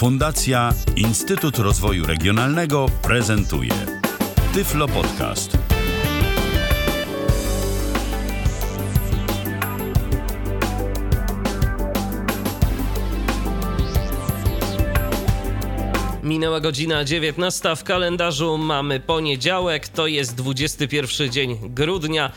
Fundacja Instytut Rozwoju Regionalnego prezentuje Tyflo Podcast. Minęła godzina 19, w kalendarzu mamy poniedziałek, to jest 21 dzień grudnia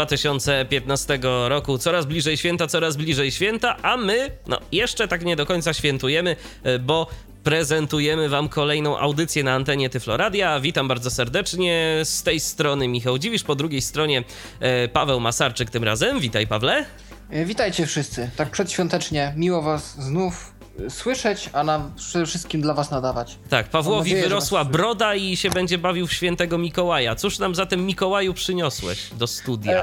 2015 roku. Coraz bliżej święta, a my jeszcze tak nie do końca świętujemy, bo prezentujemy wam kolejną audycję na antenie Tyflo Radia. Witam bardzo serdecznie, z tej strony Michał Dziwisz, po drugiej stronie Paweł Masarczyk tym razem. Witaj, Pawle. Witajcie wszyscy, tak przedświątecznie, miło was znów słyszeć, a przede wszystkim dla was nadawać. Tak, Pawłowi wyrosła broda i się będzie bawił w świętego Mikołaja. Cóż nam zatem, Mikołaju, przyniosłeś do studia?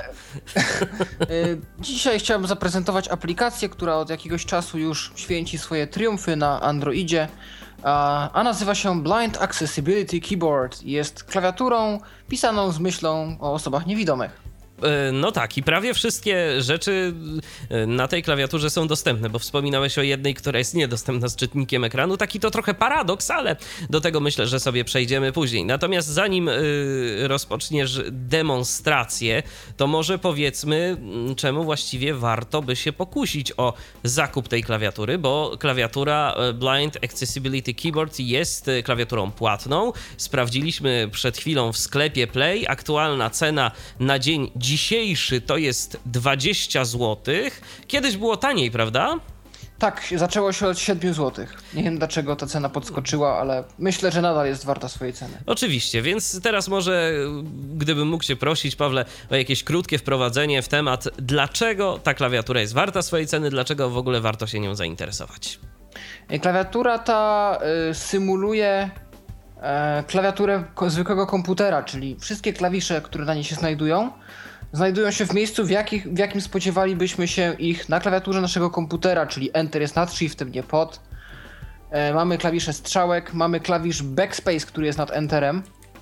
Dzisiaj chciałbym zaprezentować aplikację, która od jakiegoś czasu już święci swoje triumfy na Androidzie, a nazywa się Blind Accessibility Keyboard. Jest klawiaturą pisaną z myślą o osobach niewidomych. No tak, i prawie wszystkie rzeczy na tej klawiaturze są dostępne, bo wspominałeś o jednej, która jest niedostępna z czytnikiem ekranu. Taki to trochę paradoks, ale do tego myślę, że sobie przejdziemy później. Natomiast zanim rozpoczniesz demonstrację, to może powiedzmy, czemu właściwie warto by się pokusić o zakup tej klawiatury, bo klawiatura Blind Accessibility Keyboard jest klawiaturą płatną. Sprawdziliśmy przed chwilą w sklepie Play. Aktualna cena na dzień dzisiejszy to jest 20 zł. Kiedyś było taniej, prawda? Tak, zaczęło się od 7 zł. Nie wiem, dlaczego ta cena podskoczyła, ale myślę, że nadal jest warta swojej ceny. Oczywiście, więc teraz może, gdybym mógł cię prosić, Pawle, o jakieś krótkie wprowadzenie w temat, dlaczego ta klawiatura jest warta swojej ceny, dlaczego w ogóle warto się nią zainteresować. Klawiatura ta symuluje klawiaturę zwykłego komputera, czyli wszystkie klawisze, które na niej się znajdują się w miejscu, w jakim spodziewalibyśmy się ich na klawiaturze naszego komputera, czyli Enter jest nad Shiftem, nie pod. Mamy klawisze strzałek, mamy klawisz Backspace, który jest nad Enterem.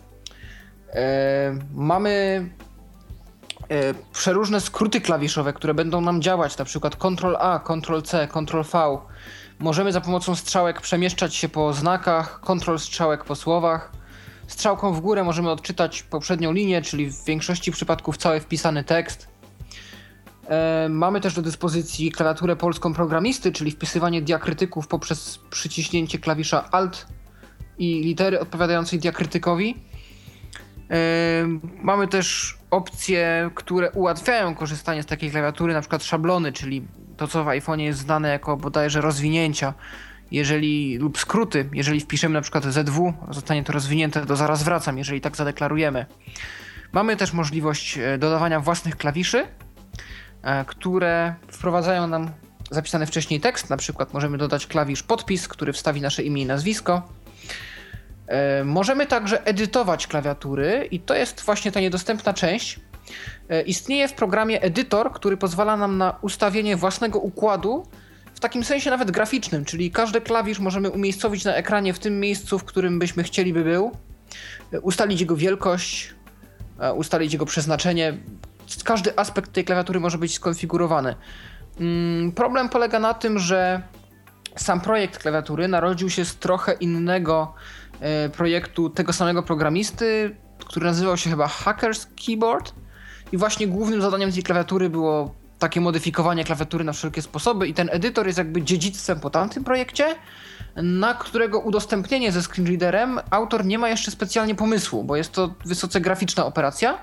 Mamy przeróżne skróty klawiszowe, które będą nam działać, na przykład Ctrl-A, Ctrl-C, Ctrl-V. Możemy za pomocą strzałek przemieszczać się po znakach, Ctrl strzałek po słowach. Strzałką w górę możemy odczytać poprzednią linię, czyli w większości przypadków cały wpisany tekst. Mamy też do dyspozycji klawiaturę polską programisty, czyli wpisywanie diakrytyków poprzez przyciśnięcie klawisza Alt i litery odpowiadającej diakrytykowi. Mamy też opcje, które ułatwiają korzystanie z takiej klawiatury, na przykład szablony, czyli to, co w iPhone'ie jest znane jako bodajże rozwinięcia. Lub skróty, jeżeli wpiszemy na przykład ZW, zostanie to rozwinięte do zaraz wracam, jeżeli tak zadeklarujemy. Mamy też możliwość dodawania własnych klawiszy, które wprowadzają nam zapisany wcześniej tekst. Na przykład możemy dodać klawisz podpis, który wstawi nasze imię i nazwisko. Możemy także edytować klawiatury i to jest właśnie ta niedostępna część. Istnieje w programie edytor, który pozwala nam na ustawienie własnego układu, w takim sensie nawet graficznym, czyli każdy klawisz możemy umiejscowić na ekranie w tym miejscu, w którym byśmy chcieli by był, ustalić jego wielkość, ustalić jego przeznaczenie. Każdy aspekt tej klawiatury może być skonfigurowany. Problem polega na tym, że sam projekt klawiatury narodził się z trochę innego projektu tego samego programisty, który nazywał się chyba Hacker's Keyboard i właśnie głównym zadaniem tej klawiatury było takie modyfikowanie klawiatury na wszelkie sposoby i ten edytor jest jakby dziedzictwem po tamtym projekcie, na którego udostępnienie ze screenreaderem autor nie ma jeszcze specjalnie pomysłu, bo jest to wysoce graficzna operacja.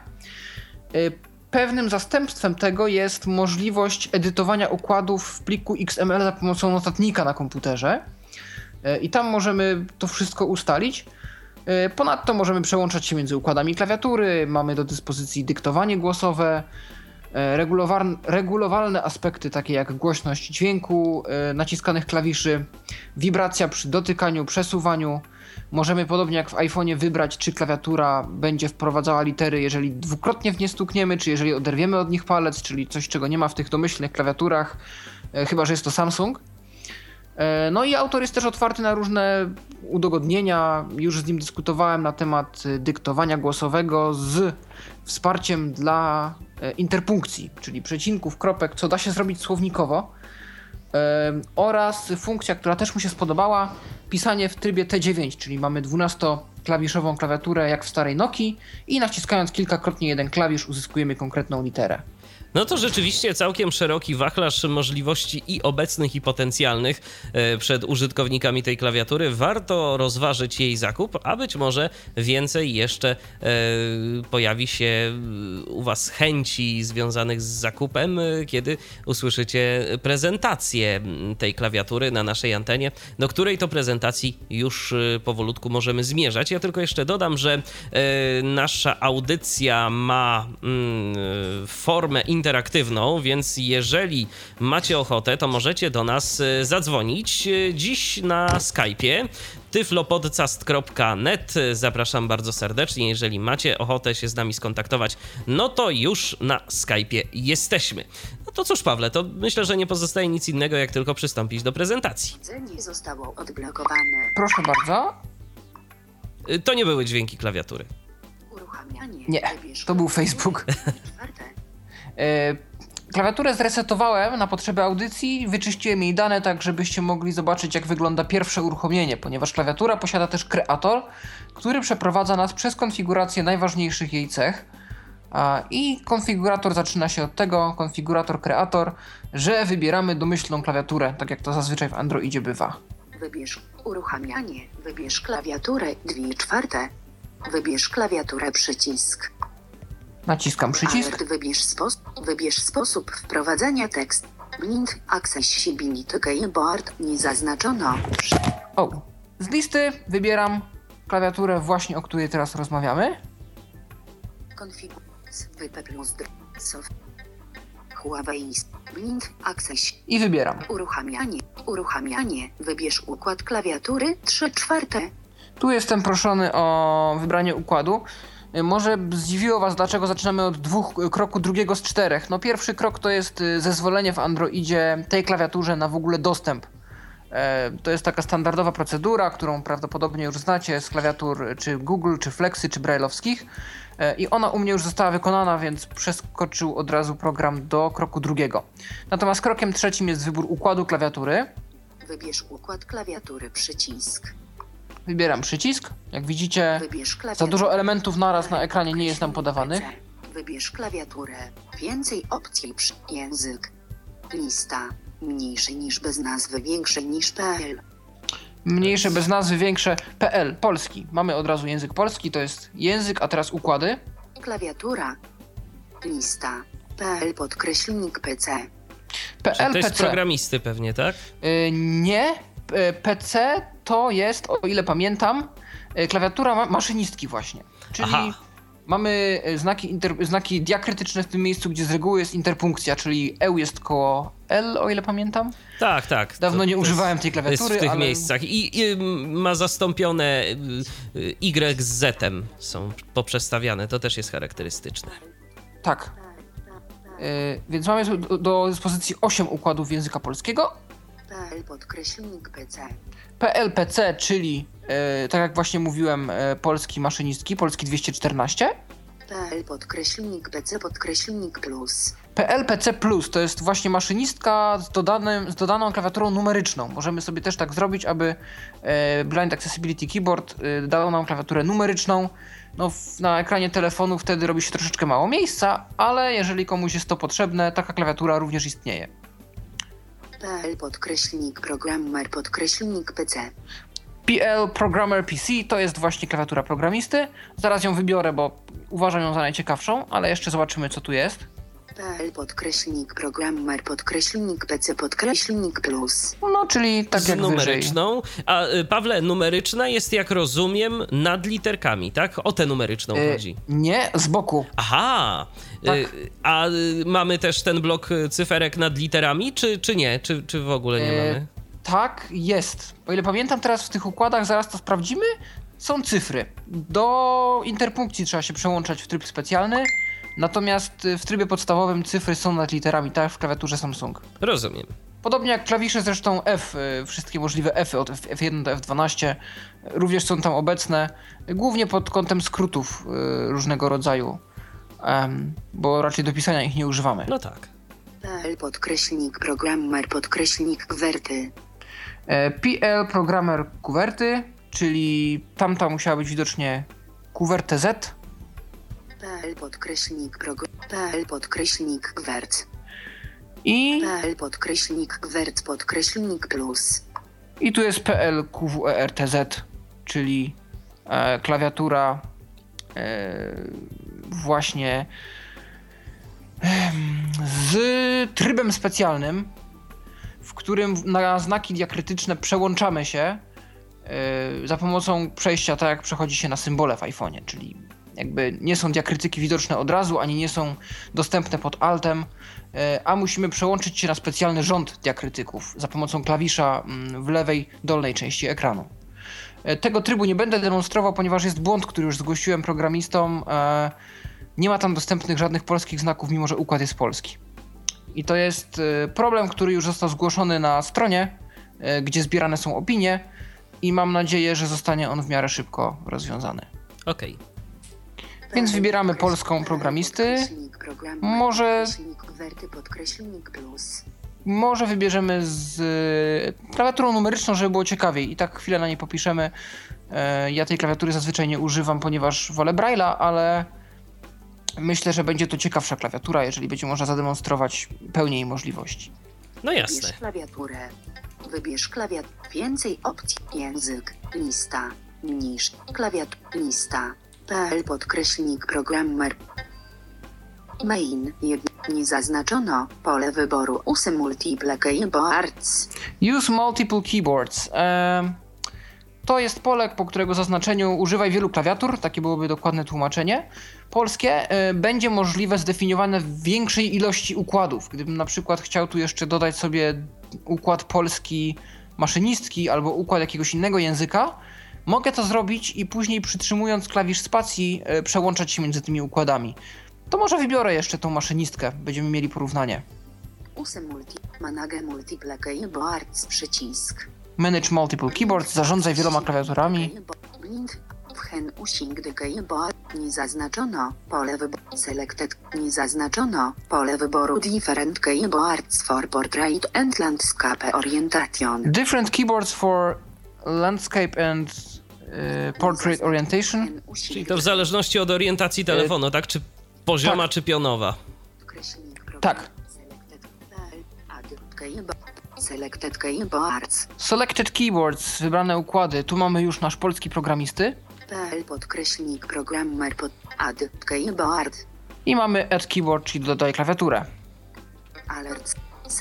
Pewnym zastępstwem tego jest możliwość edytowania układów w pliku XML za pomocą notatnika na komputerze i tam możemy to wszystko ustalić. Ponadto możemy przełączać się między układami klawiatury, mamy do dyspozycji dyktowanie głosowe, regulowalne aspekty takie jak głośność dźwięku naciskanych klawiszy, wibracja przy dotykaniu, przesuwaniu. Możemy podobnie jak w iPhone'ie wybrać, czy klawiatura będzie wprowadzała litery, jeżeli dwukrotnie w nie stukniemy, czy jeżeli oderwiemy od nich palec, czyli coś, czego nie ma w tych domyślnych klawiaturach, chyba że jest to Samsung. No i autor jest też otwarty na różne udogodnienia. Już z nim dyskutowałem na temat dyktowania głosowego z wsparciem dla interpunkcji, czyli przecinków, kropek, co da się zrobić słownikowo. Oraz funkcja, która też mu się spodobała, pisanie w trybie T9, czyli mamy 12-klawiszową klawiaturę jak w starej Nokii i naciskając kilkakrotnie jeden klawisz uzyskujemy konkretną literę. No to rzeczywiście całkiem szeroki wachlarz możliwości i obecnych, i potencjalnych przed użytkownikami tej klawiatury. Warto rozważyć jej zakup, a być może więcej jeszcze pojawi się u Was chęci związanych z zakupem, kiedy usłyszycie prezentację tej klawiatury na naszej antenie, do której to prezentacji już powolutku możemy zmierzać. Ja tylko jeszcze dodam, że nasza audycja ma formę interaktywną, więc jeżeli macie ochotę, to możecie do nas zadzwonić dziś na Skype'ie tyflopodcast.net. Zapraszam bardzo serdecznie. Jeżeli macie ochotę się z nami skontaktować, no to już na Skype'ie jesteśmy. No to cóż, Pawle, to myślę, że nie pozostaje nic innego, jak tylko przystąpić do prezentacji. Nie zostało odblokowane. Proszę bardzo. To nie były dźwięki klawiatury. Uruchamianie. Nie, to był Facebook. Czwarte. Klawiaturę zresetowałem na potrzeby audycji, wyczyściłem jej dane tak, żebyście mogli zobaczyć, jak wygląda pierwsze uruchomienie, ponieważ klawiatura posiada też kreator, który przeprowadza nas przez konfigurację najważniejszych jej cech. I konfigurator zaczyna się od tego, konfigurator kreator, że wybieramy domyślną klawiaturę, tak jak to zazwyczaj w Androidzie bywa. Wybierz uruchamianie. Wybierz klawiaturę 2/4. Wybierz klawiaturę przycisk. Naciskam przycisk. Alert. Wybierz sposób wprowadzania tekstu. Blind accessibility keyboard nie zaznaczono. O, z listy wybieram klawiaturę właśnie, o której teraz rozmawiamy. Konfiguracja WP plus soft. Huawei Blind Access. I wybieram. Uruchamianie. Wybierz układ klawiatury 3/4. Tu jestem proszony o wybranie układu. Może zdziwiło Was, dlaczego zaczynamy od kroku drugiego z 4. No pierwszy krok to jest zezwolenie w Androidzie tej klawiaturze na w ogóle dostęp. To jest taka standardowa procedura, którą prawdopodobnie już znacie z klawiatur czy Google, czy Flexy, czy Braille'owskich. I ona u mnie już została wykonana, więc przeskoczył od razu program do kroku drugiego. Natomiast krokiem trzecim jest wybór układu klawiatury. Wybierz układ klawiatury przycisk. Wybieram przycisk. Jak widzicie, Wybierz za dużo elementów naraz na ekranie nie jest nam podawanych. Wybierz klawiaturę. Więcej opcji język. Lista. Mniejszy niż bez nazwy, większy niż PL. Mniejsze bez nazwy, większe PL, polski. Mamy od razu język polski, to jest język, a teraz układy. Klawiatura. Lista. PL /PC. To jest programisty pewnie, tak? Nie. PC to jest, o ile pamiętam, klawiatura maszynistki właśnie. Czyli mamy znaki diakrytyczne w tym miejscu, gdzie z reguły jest interpunkcja, czyli E jest koło L, o ile pamiętam. Tak. Dawno nie używałem tej klawiatury, jest w tych ale... miejscach. I ma zastąpione Y z Z-em są poprzestawiane. To też jest charakterystyczne. Tak. Więc mamy do dyspozycji 8 układów języka polskiego. PL/PC. PL/PC, czyli tak jak właśnie mówiłem, polski maszynistki, polski 214. PL/PC+. PL/PC Plus to jest właśnie maszynistka z dodaną klawiaturą numeryczną. Możemy sobie też tak zrobić, aby Blind Accessibility Keyboard dał nam klawiaturę numeryczną. No, na ekranie telefonu wtedy robi się troszeczkę mało miejsca, ale jeżeli komuś jest to potrzebne, taka klawiatura również istnieje. PL/Programmer/PC. PL Programmer PC to jest właśnie klawiatura programisty. Zaraz ją wybiorę, bo uważam ją za najciekawszą, ale jeszcze zobaczymy, co tu jest. PL/Programmer/PC+. No, czyli tak jak numeryczną. A Pawle, numeryczna jest, jak rozumiem, nad literkami, tak? O tę numeryczną chodzi. Nie, z boku. Aha! Tak. A mamy też ten blok cyferek nad literami, czy nie? Czy w ogóle nie mamy? Tak, jest. O ile pamiętam teraz w tych układach, zaraz to sprawdzimy, są cyfry. Do interpunkcji trzeba się przełączać w tryb specjalny, natomiast w trybie podstawowym cyfry są nad literami, tak jak w klawiaturze Samsung. Rozumiem. Podobnie jak klawisze zresztą F, wszystkie możliwe F'y od F1 do F12 również są tam obecne, głównie pod kątem skrótów różnego rodzaju, bo raczej do pisania ich nie używamy. No tak. PL/Programmer/Werty. PL Programmer Kuwerty, czyli tamta musiała być widocznie kuwertę Z. PL Gwerc. I PL Gwerc plus. I tu jest PL QWERTZ, czyli klawiatura właśnie z trybem specjalnym, w którym na znaki diakrytyczne przełączamy się za pomocą przejścia tak jak przechodzi się na symbole w iPhone'ie, czyli jakby nie są diakrytyki widoczne od razu, ani nie są dostępne pod altem, a musimy przełączyć się na specjalny rząd diakrytyków za pomocą klawisza w lewej dolnej części ekranu. Tego trybu nie będę demonstrował, ponieważ jest błąd, który już zgłosiłem programistom. Nie ma tam dostępnych żadnych polskich znaków, mimo że układ jest polski. I to jest problem, który już został zgłoszony na stronie, gdzie zbierane są opinie i mam nadzieję, że zostanie on w miarę szybko rozwiązany. Okej. Więc wybieramy polską programisty. Może wybierzemy z klawiaturą numeryczną, żeby było ciekawiej. I tak chwilę na niej popiszemy. Ja tej klawiatury zazwyczaj nie używam, ponieważ wolę Braille'a, ale myślę, że będzie to ciekawsza klawiatura, jeżeli będzie można zademonstrować pełnię jej możliwości. No jasne. Wybierz klawiaturę. Wybierz klawiaturę. Więcej opcji. Język. Lista. Mniejsz. Lista. PL Programmer. Main. Nie zaznaczono. Pole wyboru. Use multiple keyboards. Use multiple keyboards. To jest pole, po którego zaznaczeniu używaj wielu klawiatur. Takie byłoby dokładne tłumaczenie. Polskie będzie możliwe zdefiniowane w większej ilości układów. Gdybym na przykład chciał tu jeszcze dodać sobie układ polski maszynistki albo układ jakiegoś innego języka, mogę to zrobić i później przytrzymując klawisz spacji przełączać się między tymi układami. To może wybiorę jeszcze tą maszynistkę, będziemy mieli porównanie. Manage multiple keyboards przycisk. Manage multiple keyboards, zarządzaj wieloma klawiaturami. Nie zaznaczono pole wyboru. Selected. Nie zaznaczono pole wyboru. Different keyboards for portrait and landscape orientation. Different keyboards for landscape and portrait orientation. Czyli to w zależności od orientacji telefonu, tak? Czy pozioma, tak. Czy pionowa? Tak. Selected keyboards. Selected keyboards, wybrane układy. Tu mamy już nasz polski programisty. PL Programmer add keyboard. I mamy add keyboard, czyli dodaj klawiaturę. Alert.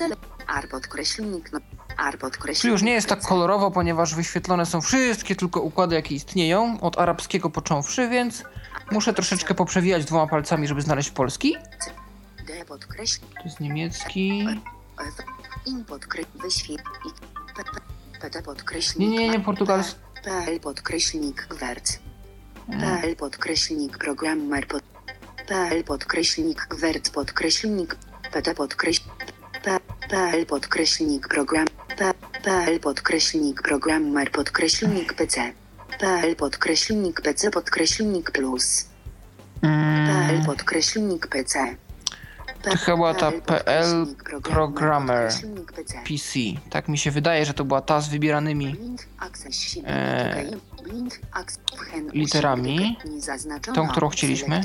Czyli już nie jest tak kolorowo, ponieważ wyświetlone są wszystkie tylko układy, jakie istnieją, od arabskiego począwszy, więc muszę troszeczkę poprzewijać dwoma palcami, żeby znaleźć polski. To jest niemiecki. Nie, portugalski. PL Gwerc. PL Programmer. PL Gwerc PT PL program. PL Programmer PC. PL PC plus. PL PC. To chyba ta PL Programmer PC. Tak mi się wydaje, że to była ta z wybieranymi literami. Tą, którą chcieliśmy.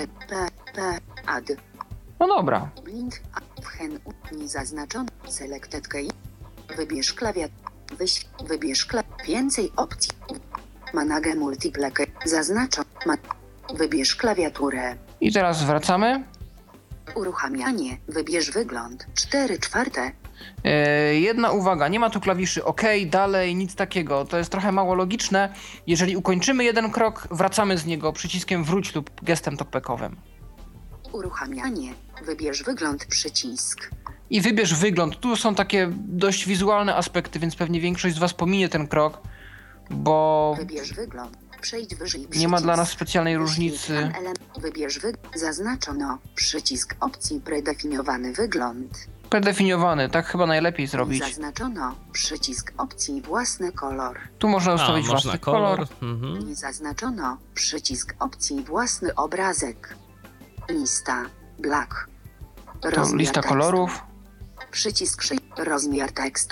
No dobra. Nie zaznaczono. Selected key. Wybierz klawiaturę. Więcej opcji. Manage multiple key. Zaznaczono. Wybierz klawiaturę. I teraz wracamy. Uruchamianie. Wybierz wygląd. 4/4. Jedna uwaga, nie ma tu klawiszy OK, dalej, nic takiego. To jest trochę mało logiczne. Jeżeli ukończymy jeden krok, wracamy z niego przyciskiem wróć lub gestem talkbackowym. Uruchamianie. Wybierz wygląd przycisk. I wybierz wygląd. Tu są takie dość wizualne aspekty, więc pewnie większość z Was pominie ten krok, bo Wybierz wygląd. Przejdź wyżej przycisk. Nie ma dla nas specjalnej różnicy. Wybierz zaznaczono przycisk opcji predefiniowany wygląd. Predefiniowany, tak chyba najlepiej zrobić. Zaznaczono przycisk opcji własny kolor. Tu można ustawić własny kolor. Nie zaznaczono przycisk opcji własny obrazek. Lista black. To lista kolorów. Przycisk rozmiar tekstu.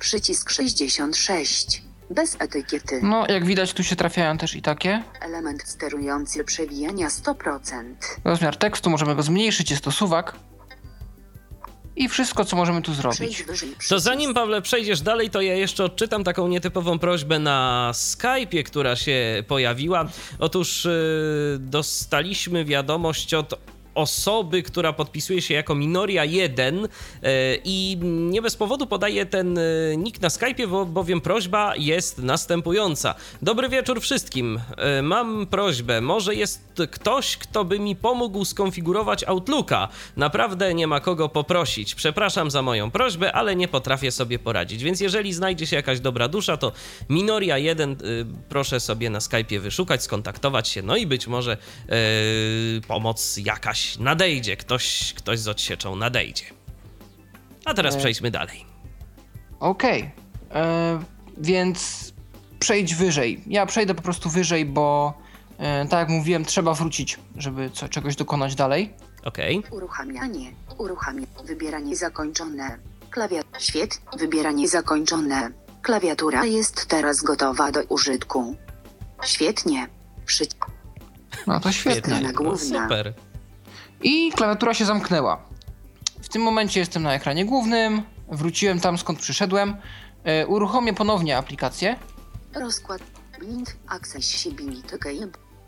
Przycisk 66. Bez etykiety. No, jak widać, tu się trafiają też i takie. Element sterujący przewijania 100%. Rozmiar tekstu, możemy go zmniejszyć, jest to suwak. I wszystko, co możemy tu zrobić. Przejdź wyżej To przycisk. zanim, Pawle, przejdziesz dalej, to ja jeszcze odczytam taką nietypową prośbę na Skype'ie, która się pojawiła. Otóż dostaliśmy wiadomość od osoby, która podpisuje się jako Minoria1 i nie bez powodu podaje ten nick na Skype'ie, bowiem prośba jest następująca. Dobry wieczór wszystkim. Mam prośbę. Może jest ktoś, kto by mi pomógł skonfigurować Outlooka. Naprawdę nie ma kogo poprosić. Przepraszam za moją prośbę, ale nie potrafię sobie poradzić. Więc jeżeli znajdzie się jakaś dobra dusza, to Minoria1 proszę sobie na Skype'ie wyszukać, skontaktować się, no i być może pomoc jakaś nadejdzie, ktoś z odsieczą nadejdzie. A teraz przejdźmy dalej. Okej. Więc przejdź wyżej. Ja przejdę po prostu wyżej, bo tak jak mówiłem, trzeba wrócić, żeby czegoś dokonać dalej. Okej. Uruchamianie. Wybieranie zakończone. Świetnie. Wybieranie zakończone. Klawiatura jest teraz gotowa do użytku. Świetnie. No to świetnie. Na No, główna. super. I klawiatura się zamknęła. W tym momencie jestem na ekranie głównym. Wróciłem tam, skąd przyszedłem. Uruchomię ponownie aplikację. Rozkład. Blind. Accessibility Game.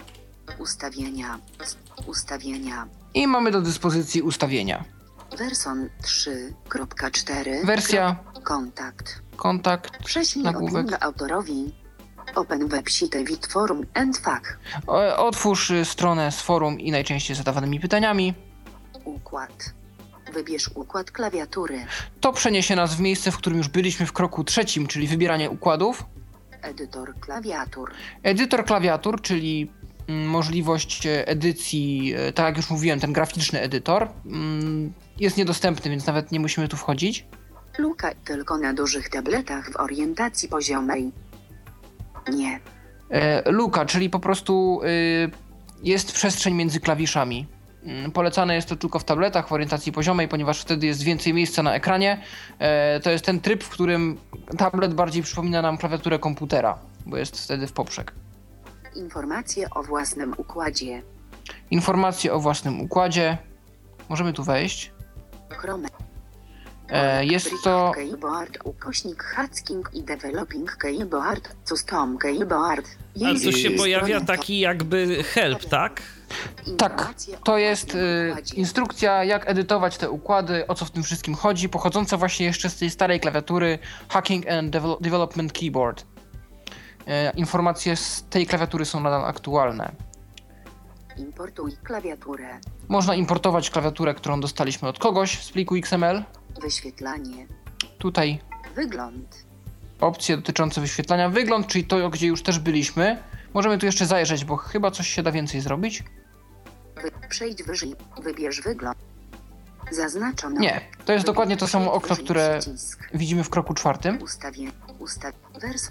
Ustawienia. I mamy do dyspozycji ustawienia. Version 3.4. Wersja, Kontakt. kontakt, Prześlij nagłówek. opinię autorowi. Open website with forum and fact. Otwórz stronę z forum i najczęściej zadawanymi pytaniami. Układ. Wybierz układ klawiatury. To przeniesie nas w miejsce, w którym już byliśmy w kroku 3, czyli wybieranie układów. Edytor klawiatur. Edytor klawiatur, czyli możliwość edycji, tak jak już mówiłem, ten graficzny edytor jest niedostępny, więc nawet nie musimy tu wchodzić. Luka tylko na dużych tabletach w orientacji poziomej. Nie. Luka, czyli po prostu jest przestrzeń między klawiszami. Polecane jest to tylko w tabletach w orientacji poziomej, ponieważ wtedy jest więcej miejsca na ekranie. To jest ten tryb, w którym tablet bardziej przypomina nam klawiaturę komputera, bo jest wtedy w poprzek. Informacje o własnym układzie. Informacje o własnym układzie. Możemy tu wejść. Chrome. Jest to... Keyboard ukośnik hacking i developing keyboard. Custom keyboard. Ale tu się pojawia taki jakby help, tak? Tak, to jest instrukcja, jak edytować te układy, o co w tym wszystkim chodzi, pochodząca właśnie jeszcze z tej starej klawiatury Hacking and Development Keyboard. Informacje z tej klawiatury są nadal aktualne. Importuj klawiaturę. Można importować klawiaturę, którą dostaliśmy od kogoś z pliku XML. Wyświetlanie. Tutaj Wygląd. opcje dotyczące wyświetlania. Wygląd, czyli to, gdzie już też byliśmy. Możemy tu jeszcze zajrzeć, bo chyba coś się da więcej zrobić. Przejdź wyżej. Wybierz wygląd. Zaznaczono. Nie, to jest dokładnie to samo okno, Wyżej które przycisk. widzimy w kroku 4. Wers.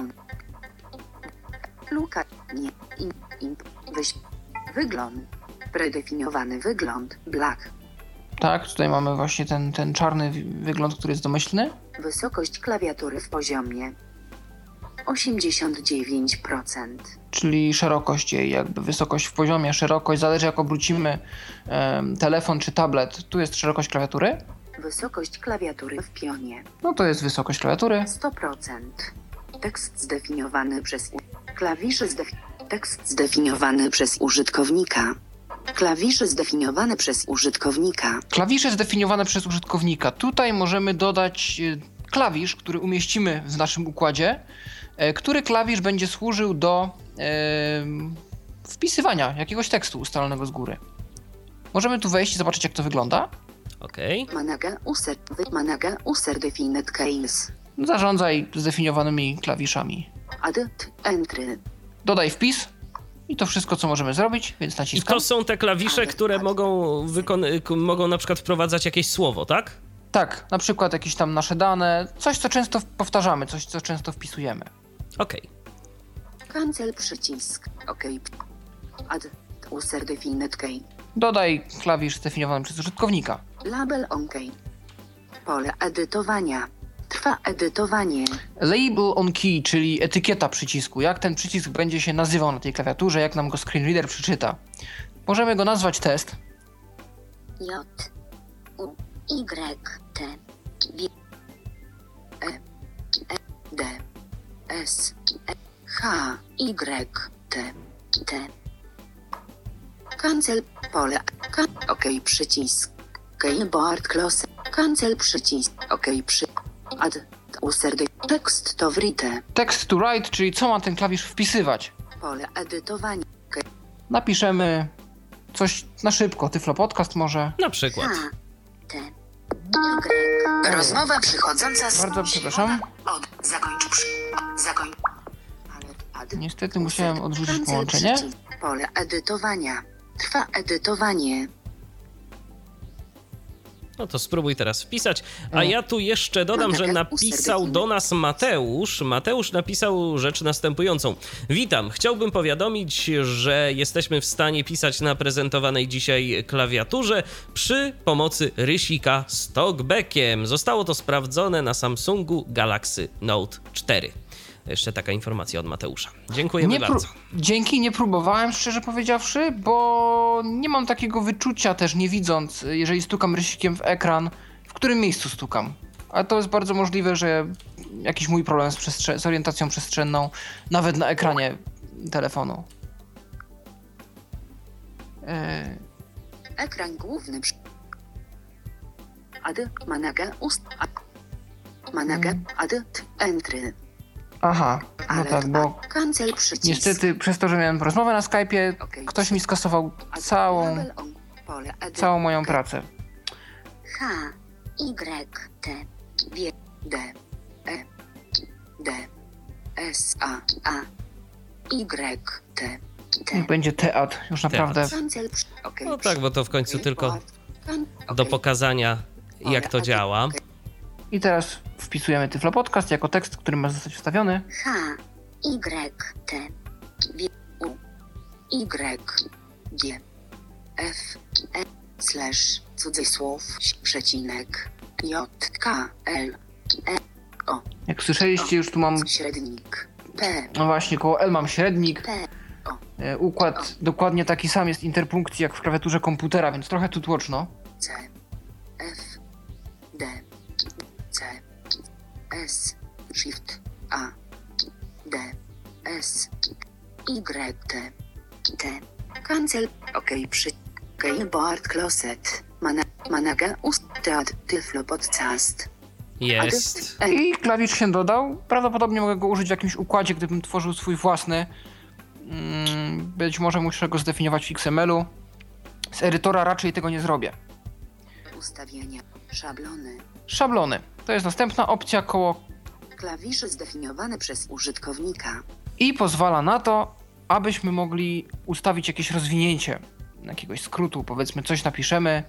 Luka. Nie. Wygląd. Predefiniowany wygląd. Black. Tak, tutaj mamy właśnie ten czarny wygląd, który jest domyślny. Wysokość klawiatury w poziomie 89%. Czyli szerokość jej, jakby wysokość w poziomie, szerokość, zależy jak obrócimy telefon czy tablet. Tu jest szerokość klawiatury. Wysokość klawiatury w pionie No to jest wysokość klawiatury. 100%. Tekst zdefiniowany przez tekst zdefiniowany przez użytkownika. Klawisze zdefiniowane przez użytkownika. Klawisze zdefiniowane przez użytkownika. Tutaj możemy dodać klawisz, który umieścimy w naszym układzie. Który klawisz będzie służył do wpisywania jakiegoś tekstu ustalonego z góry. Możemy tu wejść i zobaczyć, jak to wygląda. Okej. Managa user defined case. Zarządzaj zdefiniowanymi klawiszami. Add entry. Dodaj wpis i to wszystko, co możemy zrobić, więc I naciskam. to są te klawisze, które mogą na przykład wprowadzać jakieś słowo, tak? Tak, na przykład jakieś tam nasze dane, coś, co często powtarzamy, coś, co często wpisujemy. Okej. Cancel przycisk. OK. Add user defined case. Dodaj klawisz zdefiniowany przez użytkownika. Label OK. Pole edytowania. Trwa edytowanie. Label on key, czyli etykieta przycisku. Jak ten przycisk będzie się nazywał na tej klawiaturze, jak nam go screenreader przeczyta. Możemy go nazwać test. J, U, Y, T, B, E, D, S, E, H, Y, T, T. Cancel pole. OK przycisk. Keyboard close. Cancel przycisk. OK Add. Userd. Tekst to write. Text to write, czyli co ma ten klawisz wpisywać. Pole edytowania. Napiszemy coś na szybko. Tyflo Podcast może. Na przykład. H, T, Y. Rozmowa przychodząca z... Bardzo przepraszam. Zakończ. Niestety musiałem odrzucić Cancel połączenie. przycisk. Pole edytowania. Trwa edytowanie. No to spróbuj teraz wpisać. A ja tu jeszcze dodam, że napisał do nas Mateusz. Mateusz napisał rzecz następującą. Witam, chciałbym powiadomić, że jesteśmy w stanie pisać na prezentowanej dzisiaj klawiaturze przy pomocy rysika z talkbackiem. Zostało to sprawdzone na Samsungu Galaxy Note 4. Jeszcze taka informacja od Mateusza. Dziękujemy bardzo. Dzięki, nie próbowałem, szczerze powiedziawszy, bo nie mam takiego wyczucia też, nie widząc, jeżeli stukam rysikiem w ekran, w którym miejscu stukam. Ale to jest bardzo możliwe, że jakiś mój problem z orientacją przestrzenną, nawet na ekranie telefonu. Ekran główny. Add. Managa. Managa. Add. Entry. Aha, no Ale tak, bo cancel przycisk. niestety przez to, że miałem rozmowę na Skype'ie, ktoś mi skasował całą moją pracę. H, Y, T, B, D, E, D, S, A, Y, T, Niech będzie teat, już naprawdę. Cancel No tak, bo to w końcu tylko do pokazania, jak to działa. I teraz wpisujemy Tyflo Podcast jako tekst, który ma zostać wstawiony. H, Y, T, B, U, Y, G, F, E, slash, cudzysłów, przecinek, J, K, L, E, O. Jak słyszeliście, już tu mam, Średnik, P, no właśnie, koło L mam średnik. P, O, Układ dokładnie taki sam jest interpunkcji jak w klawiaturze komputera, więc trochę tu tłoczno. C, F, D, C, S, Shift, A, D, S, Y, T, T, Cancel, OK, Keyboard Closet, Managa, Ustad, Tyflo Podcast. Jest. I klawisz się dodał. Prawdopodobnie mogę go użyć w jakimś układzie, gdybym tworzył swój własny. Być może muszę go zdefiniować w XML-u. Z edytora raczej tego nie zrobię. Ustawienia, szablony. Szablony. To jest następna opcja koło Klawisze zdefiniowane przez użytkownika. i pozwala na to, abyśmy mogli ustawić jakieś rozwinięcie jakiegoś skrótu. Powiedzmy, coś napiszemy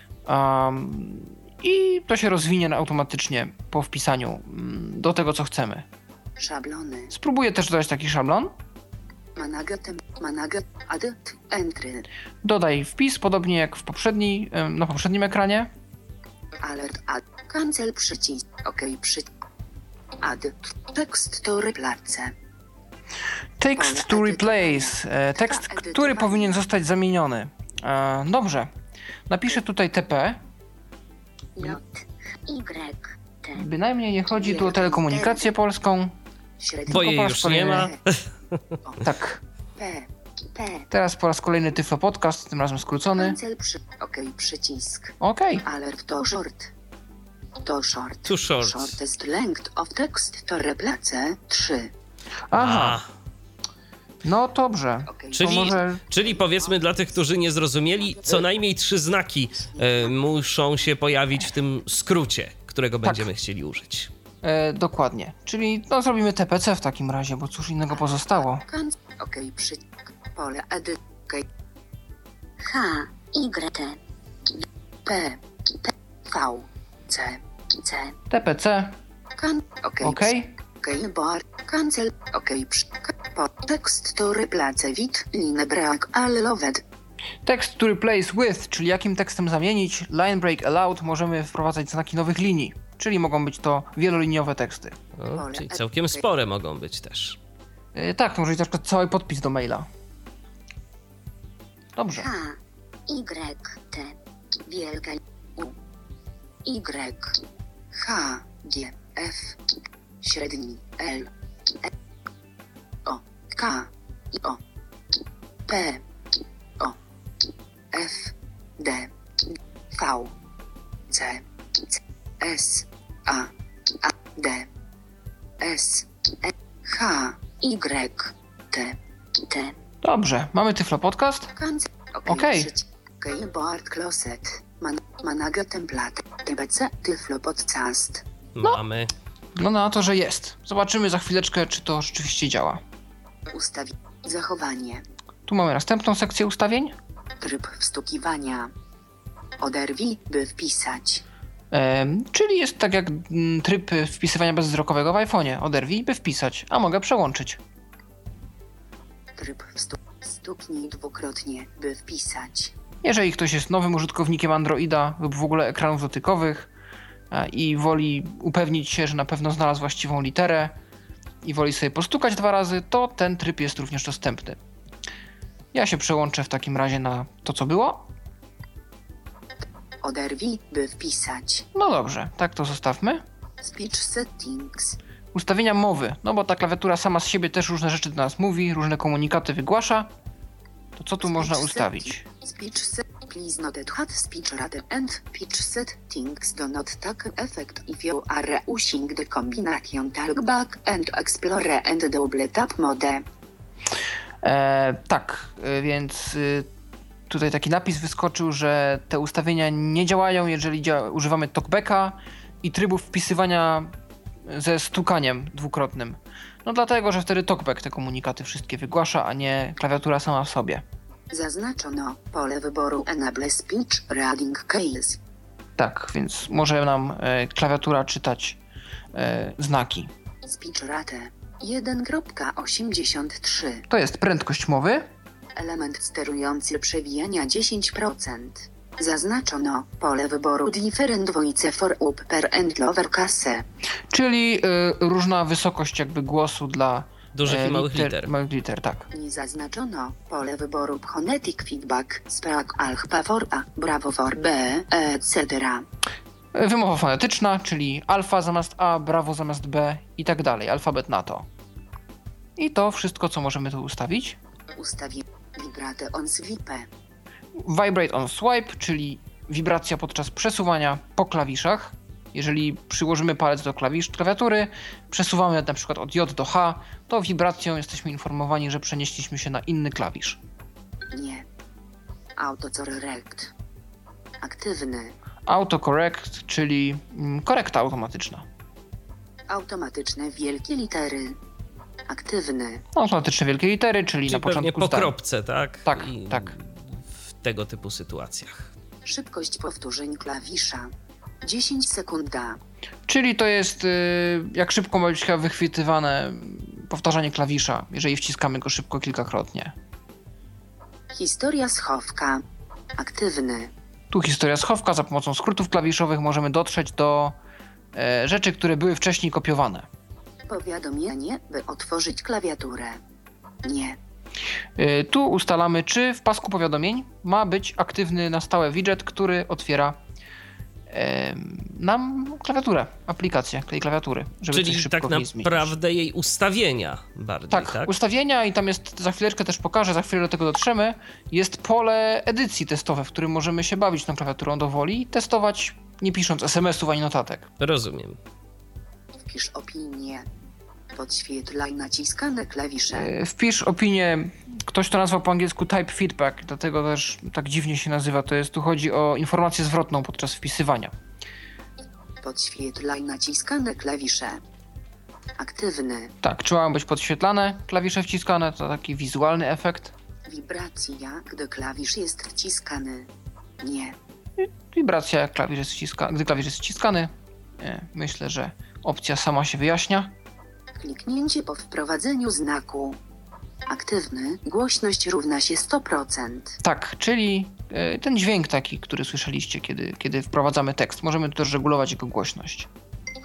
i to się rozwinie automatycznie po wpisaniu do tego, co chcemy. Szablony. Spróbuję też dodać taki szablon. Managa, Add, Entry. Dodaj wpis, podobnie jak na poprzednim ekranie. Alert, Add, Cancel przycisk, OK, Add, Tekst to replace. Text to replace. Tekst, który powinien zostać zamieniony. Dobrze. Napiszę tutaj TP. J, Y, T. Bynajmniej nie chodzi tu o telekomunikację polską. Średnik. Bo jej już nie ma. Tak. P, Teraz po raz kolejny Tyflo Podcast, tym razem skrócony. Cancel OK, przycisk. OK. Alert to short. To short. Too short. Shortest length of text to replace 3. Aha. No dobrze. OK. Czyli powiedzmy dla tych, którzy nie zrozumieli, co najmniej 3 znaki muszą się pojawić w tym skrócie, którego będziemy chcieli użyć. Dokładnie. Czyli zrobimy TPC w takim razie, bo cóż innego pozostało. OK, pole edit. H, Y, T, P, V, C, TPC. OK. Keyboard, cancel, OK, tekst to replace with, line break allowed. Text to replace with, czyli jakim tekstem zamienić. Line break allowed, możemy wprowadzać znaki nowych linii. czyli mogą być to wieloliniowe teksty. O, czyli całkiem spore mogą być też. Tak, to może być na przykład cały podpis do maila. Dobrze. H, Y, T, wielka U, Y, H, G, F, średni L, E, O, K, I, O, P, O, F, D, V, C, C, S, A, D, S, E, H, Y, T, T. Dobrze, mamy Tyflo Podcast. Okej. Keyboard Closet. Manager Template. TBC Tyflo Podcast. Mamy. No na to, że jest. Zobaczymy za chwileczkę, czy to rzeczywiście działa. Ustawić. Zachowanie. Tu mamy następną sekcję ustawień. Tryb wstukiwania. Oderwij, by wpisać. Czyli jest tak jak tryb wpisywania bezwzrokowego w iPhone'ie. Oderwij, by wpisać, a mogę przełączyć. Tryb stuknij dwukrotnie, by wpisać. Jeżeli ktoś jest nowym użytkownikiem Androida lub w ogóle ekranów dotykowych i woli upewnić się, że na pewno znalazł właściwą literę i woli sobie postukać 2 razy, to ten tryb jest również dostępny. Ja się przełączę w takim razie na to, co było. Oderwij, by wpisać. No dobrze, tak to zostawmy. Speech settings. Ustawienia mowy, no bo ta klawiatura sama z siebie też różne rzeczy do nas mówi, różne komunikaty wygłasza. To co tu można ustawić? Speech set. Please note that speech rate and pitch settings do not take effect if you are using the combination talkback and explorer and double tap mode. Tak, więc tutaj taki napis wyskoczył, że te ustawienia nie działają, jeżeli używamy talkbacka i trybów wpisywania ze stukaniem dwukrotnym. No dlatego, że wtedy talkback te komunikaty wszystkie wygłasza, a nie klawiatura sama w sobie. Zaznaczono pole wyboru Enable Speech Reading Case. Tak, więc może nam klawiatura czytać znaki. Speech rate 1.83. To jest prędkość mowy. Element sterujący przewijania 10%. Zaznaczono pole wyboru Different Voice for Upper and Lower Case. Czyli różna wysokość jakby głosu dla Dużych i małych liter. Małych liter, tak. Nie zaznaczono pole wyboru Phonetic Feedback, Speak Alpha for A, Bravo for B, etc. Wymowa fonetyczna, czyli alfa zamiast A, brawo zamiast B i tak dalej, alfabet na to. I to wszystko, co możemy tu ustawić. Ustawi Vibrate on Swipe. Vibrate on swipe, czyli wibracja podczas przesuwania po klawiszach. Jeżeli przyłożymy palec do klawiatury, przesuwamy na przykład od J do H, to wibracją jesteśmy informowani, że przenieśliśmy się na inny klawisz. Nie. Autocorrect. Aktywny. Autocorrect, czyli korekta automatyczna. Automatyczne wielkie litery. Aktywny. Automatyczne wielkie litery, czyli na pewnie początku po zdania. kropce, tak? Tak, I tak. w tego typu sytuacjach. Szybkość powtórzeń klawisza. 10 sekund. Czyli to jest jak szybko ma być wychwytywane powtarzanie klawisza, jeżeli wciskamy go szybko kilkakrotnie. Historia schowka. Aktywny. Tu historia schowka, za pomocą skrótów klawiszowych możemy dotrzeć do rzeczy, które były wcześniej kopiowane. Powiadomienie, by otworzyć klawiaturę. Nie. Tu ustalamy, czy w pasku powiadomień ma być aktywny na stałe widget, który otwiera nam klawiaturę, aplikację tej klawiatury, żeby coś Czyli szybko tak w niej zmienić. naprawdę jej ustawienia bardziej, tak? Ustawienia i tam jest, za chwileczkę też pokażę, za chwilę do tego dotrzemy, jest pole edycji testowe, w którym możemy się bawić tą klawiaturą do woli i testować, nie pisząc SMS-ów ani notatek. Rozumiem. Wpisz opinię. Podświetlaj naciskane klawisze. Wpisz opinię, ktoś to nazwał po angielsku type feedback, dlatego też tak dziwnie się nazywa, tu chodzi o informację zwrotną podczas wpisywania. Podświetlaj naciskane klawisze. Aktywny. Tak, czy mają być podświetlane klawisze wciskane, to taki wizualny efekt. Wibracja, gdy klawisz jest wciskany. Nie. Wibracja, jak klawisz jest gdy klawisz jest wciskany. Myślę, że opcja sama się wyjaśnia. Kliknięcie po wprowadzeniu znaku. Aktywny, głośność równa się 100%. Tak, czyli ten dźwięk taki, który słyszeliście, kiedy wprowadzamy tekst. Możemy tu też regulować jego głośność.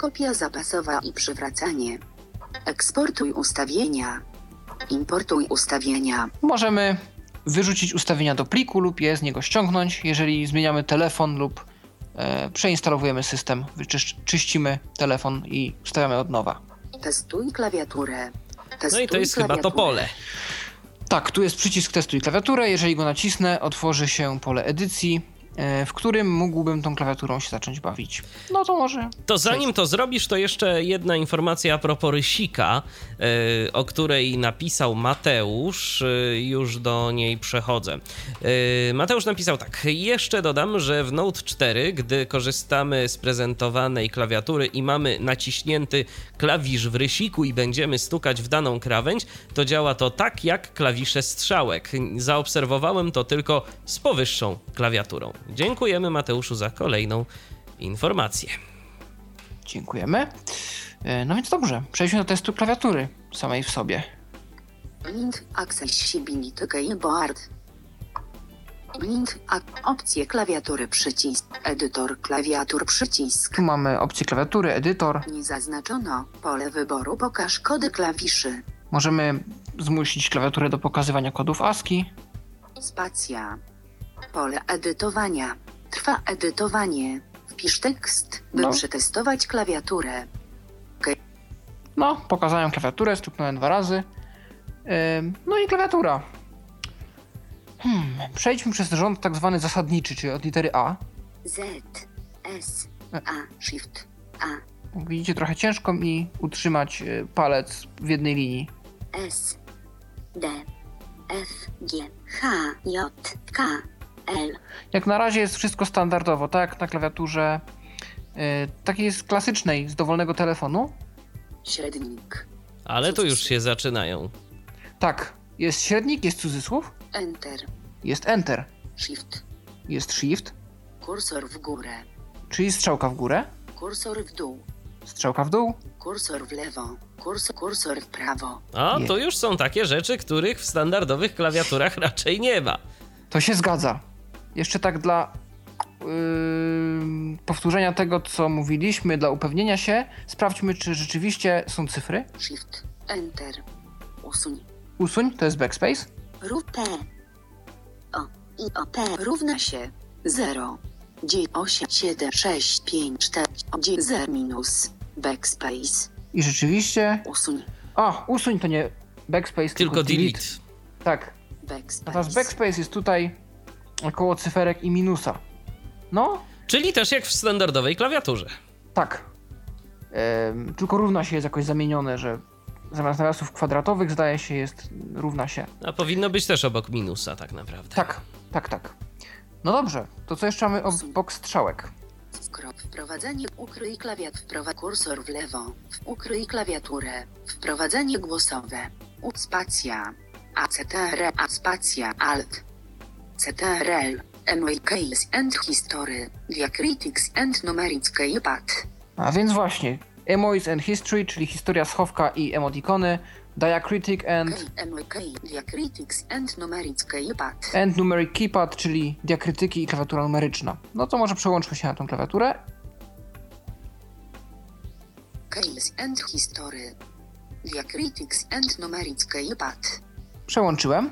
Kopia zapasowa i przywracanie. Eksportuj ustawienia. Importuj ustawienia. Możemy wyrzucić ustawienia do pliku lub je z niego ściągnąć, jeżeli zmieniamy telefon lub przeinstalowujemy system, czyścimy telefon i ustawiamy od nowa. Testuj klawiaturę. No i to jest chyba to pole. Tak, tu jest przycisk testuj klawiaturę. Jeżeli go nacisnę, otworzy się pole edycji, w którym mógłbym tą klawiaturą się zacząć bawić. No to może... To zanim to zrobisz, to jeszcze jedna informacja a propos rysika, o której napisał Mateusz. Już do niej przechodzę. Mateusz napisał tak. Jeszcze dodam, że w Note 4, gdy korzystamy z prezentowanej klawiatury i mamy naciśnięty klawisz w rysiku i będziemy stukać w daną krawędź, to działa to tak jak klawisze strzałek. Zaobserwowałem to tylko z powyższą klawiaturą. Dziękujemy Mateuszu za kolejną informację. Dziękujemy. No więc dobrze, przejdźmy do testu klawiatury samej w sobie. Blind Accessibility Keyboard. Blind opcje klawiatury przycisk. Edytor klawiatur przycisk. Tu mamy opcję klawiatury, edytor. Nie zaznaczono. Pole wyboru pokaż kody klawiszy. Możemy zmusić klawiaturę do pokazywania kodów ASCII. Spacja. Pole edytowania. Trwa edytowanie. Wpisz tekst, by przetestować klawiaturę. No, pokazałem klawiaturę, stuknąłem 2 razy. No i klawiatura. Przejdźmy przez rząd tak zwany zasadniczy, czyli od litery A. Z, S, A, Shift, A. Jak widzicie, trochę ciężko mi utrzymać palec w jednej linii. S, D, F, G, H, J, K, L. Jak na razie jest wszystko standardowo, tak? Na klawiaturze takiej jest klasycznej, z dowolnego telefonu. Średnik. Ale tu już się zaczynają. Tak, jest średnik, jest cudzysłów, Enter. jest Enter, Shift. jest Shift, Kursor w górę. czyli strzałka w górę, Kursor w dół. strzałka w dół. Kursor w lewo. Kursor w prawo. A, to już są takie rzeczy, których w standardowych klawiaturach raczej nie ma. To się zgadza. Jeszcze tak dla powtórzenia tego, co mówiliśmy, dla upewnienia się, sprawdźmy, czy rzeczywiście są cyfry. Shift. Enter. Usuń. Usuń, to jest backspace. Rób P. O. I O. P. Równa się. 0. 8, 7, 6, 5, 4, 0 minus. Backspace. I rzeczywiście... Usuń. Usuń to nie backspace, Tylko delete. Tak. Backspace. Natomiast backspace jest tutaj koło cyferek i minusa. No, Czyli też jak w standardowej klawiaturze. tak. Tylko równa się jest jakoś zamienione, że zamiast nawiasów kwadratowych zdaje się jest równa się. A powinno być też obok minusa tak naprawdę. Tak. No dobrze, to co jeszcze mamy obok strzałek? Wprowadzenie ukryj kursor w lewo. Ukryj klawiaturę. Wprowadzenie głosowe. Spacja. A spacja Alt. CTRL. Keys and History. Diacritics and Numeric Keypad. A więc właśnie, Emois and History, czyli historia schowka i emotikony, Diacritic and Diacritics and Numeric Keypad. and Numeric Keypad, czyli diakrytyki i klawiatura numeryczna. No to może przełączmy się na tą klawiaturę. Keys and History. Diacritics and Numeric Keypad. Przełączyłem.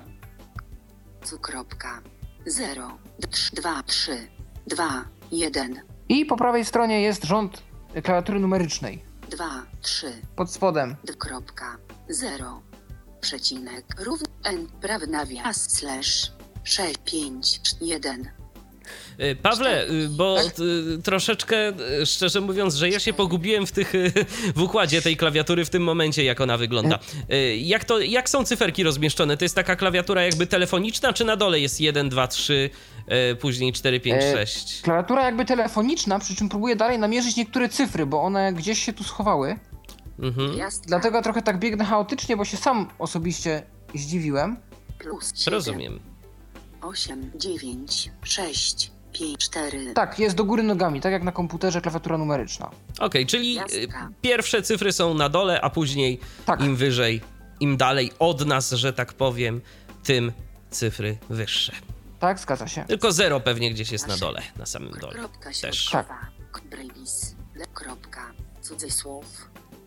0, 2, 3, 2, 1. I po prawej stronie jest rząd klawiatury numerycznej. 2, 3. Pod spodem. 0. Przecinek. Równy. N. Prawy nawias. Slash. 6, 5, 1. Pawle, bo troszeczkę, szczerze mówiąc, że ja się pogubiłem w układzie tej klawiatury w tym momencie, jak ona wygląda. Jak są cyferki rozmieszczone? To jest taka klawiatura jakby telefoniczna, czy na dole jest 1, 2, 3, później 4, 5, 6? Klawiatura jakby telefoniczna, przy czym próbuję dalej namierzyć niektóre cyfry, bo one gdzieś się tu schowały. Dlatego ja trochę tak biegnę chaotycznie, bo się sam osobiście zdziwiłem. Plus 7. Rozumiem. 8, 9, 6, 5, 4. Tak, jest do góry nogami, tak jak na komputerze klawiatura numeryczna. Okej, czyli pierwsze cyfry są na dole, a później im wyżej, im dalej od nas, że tak powiem, tym cyfry wyższe. Tak, zgadza się. Tylko 0 pewnie gdzieś jest na dole, na samym dole. Kropka też. środkowa. Bravis. Cudzysłów.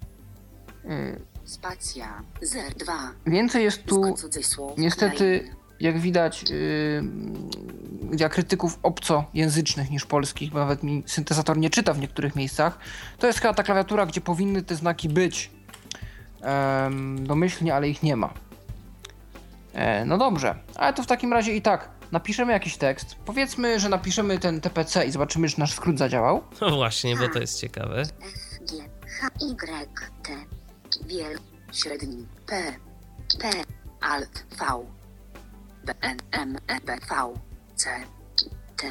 Spacja. 02. Więcej jest tu Cudzysłów. niestety, Line. jak widać, diakrytyków obcojęzycznych niż polskich, bo nawet mi syntezator nie czyta w niektórych miejscach. To jest chyba ta klawiatura, gdzie powinny te znaki być domyślnie, ale ich nie ma. No dobrze, ale to w takim razie i tak napiszemy jakiś tekst. Powiedzmy, że napiszemy ten TPC i zobaczymy, czy nasz skrót zadziałał. No właśnie, bo to jest ciekawe. F, G, H, Y, T. Wiel. Średni. P. P. Alt. V. B. N. M. E. B. V. C. T.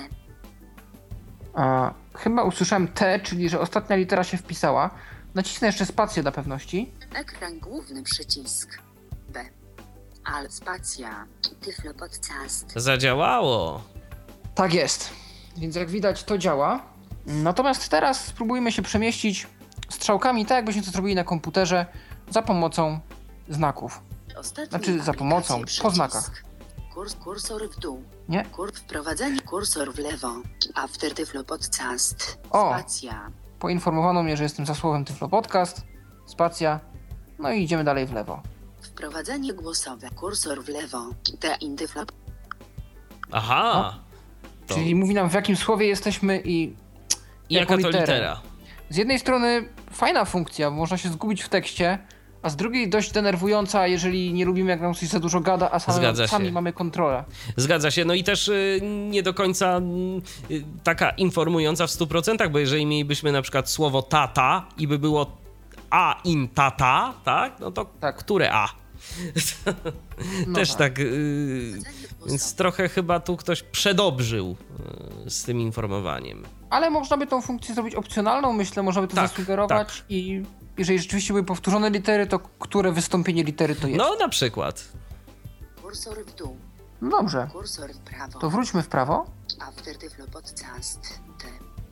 Chyba usłyszałem T, czyli że ostatnia litera się wpisała. Nacisnę jeszcze spację dla pewności. Ekran główny przycisk. B. Alt. Spacja. Tyflo podcast. Zadziałało. Tak jest. Więc jak widać, to działa. Natomiast teraz spróbujmy się przemieścić strzałkami, tak jakbyśmy to zrobili na komputerze, za pomocą znaków. Ostatnia Znaczy za pomocą, aplikacja, po przycisk. znakach. Kursor w dół. Nie? Wprowadzenie kursor w lewo. After Tyflo podcast. O! Spacja. Poinformowano mnie, że jestem za słowem Tyflo Podcast, spacja, no i idziemy dalej w lewo. Wprowadzenie głosowe. Kursor w lewo. T in Tyflo. Aha. To... Czyli mówi nam, w jakim słowie jesteśmy i Jaka to literę. litera? Z jednej strony fajna funkcja, bo można się zgubić w tekście, a z drugiej dość denerwująca, jeżeli nie lubimy, jak nam coś za dużo gada, a sami mamy kontrolę. Zgadza się, no i też nie do końca taka informująca w 100%, bo jeżeli mielibyśmy na przykład słowo tata i by było a in tata, tak? No to Tak. które a? No Też tak. tak, więc trochę chyba tu ktoś przedobrzył z tym informowaniem. Ale można by tą funkcję zrobić opcjonalną, myślę, można by to Tak, zasugerować i jeżeli rzeczywiście były powtórzone litery, to które wystąpienie litery to jest. No na przykład. Kursor w dół. No dobrze, Kursor w prawo. to wróćmy w prawo. After Tyflo podcast. T.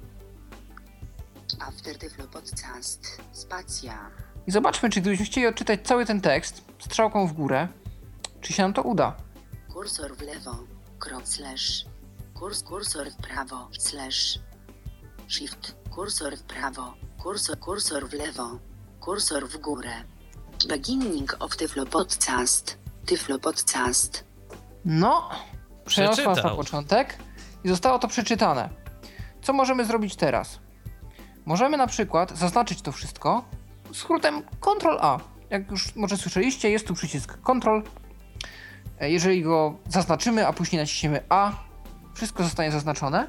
After Tyflo podcast. Spacja. I zobaczmy, czy gdybyśmy chcieli odczytać cały ten tekst strzałką w górę, czy się nam to uda. Kursor w lewo. Slash. Kursor w prawo. Slash. Shift. Kursor w prawo. Kursor w lewo. Kursor w górę. Beginning of Tyflo podcast. Tyflo podcast. No, przeniosła nas na Przeczytał. początek i zostało to przeczytane. Co możemy zrobić teraz? Możemy na przykład zaznaczyć to wszystko skrótem Ctrl-A. Jak już może słyszeliście, jest tu przycisk Ctrl. Jeżeli go zaznaczymy, a później naciśniemy A, wszystko zostanie zaznaczone.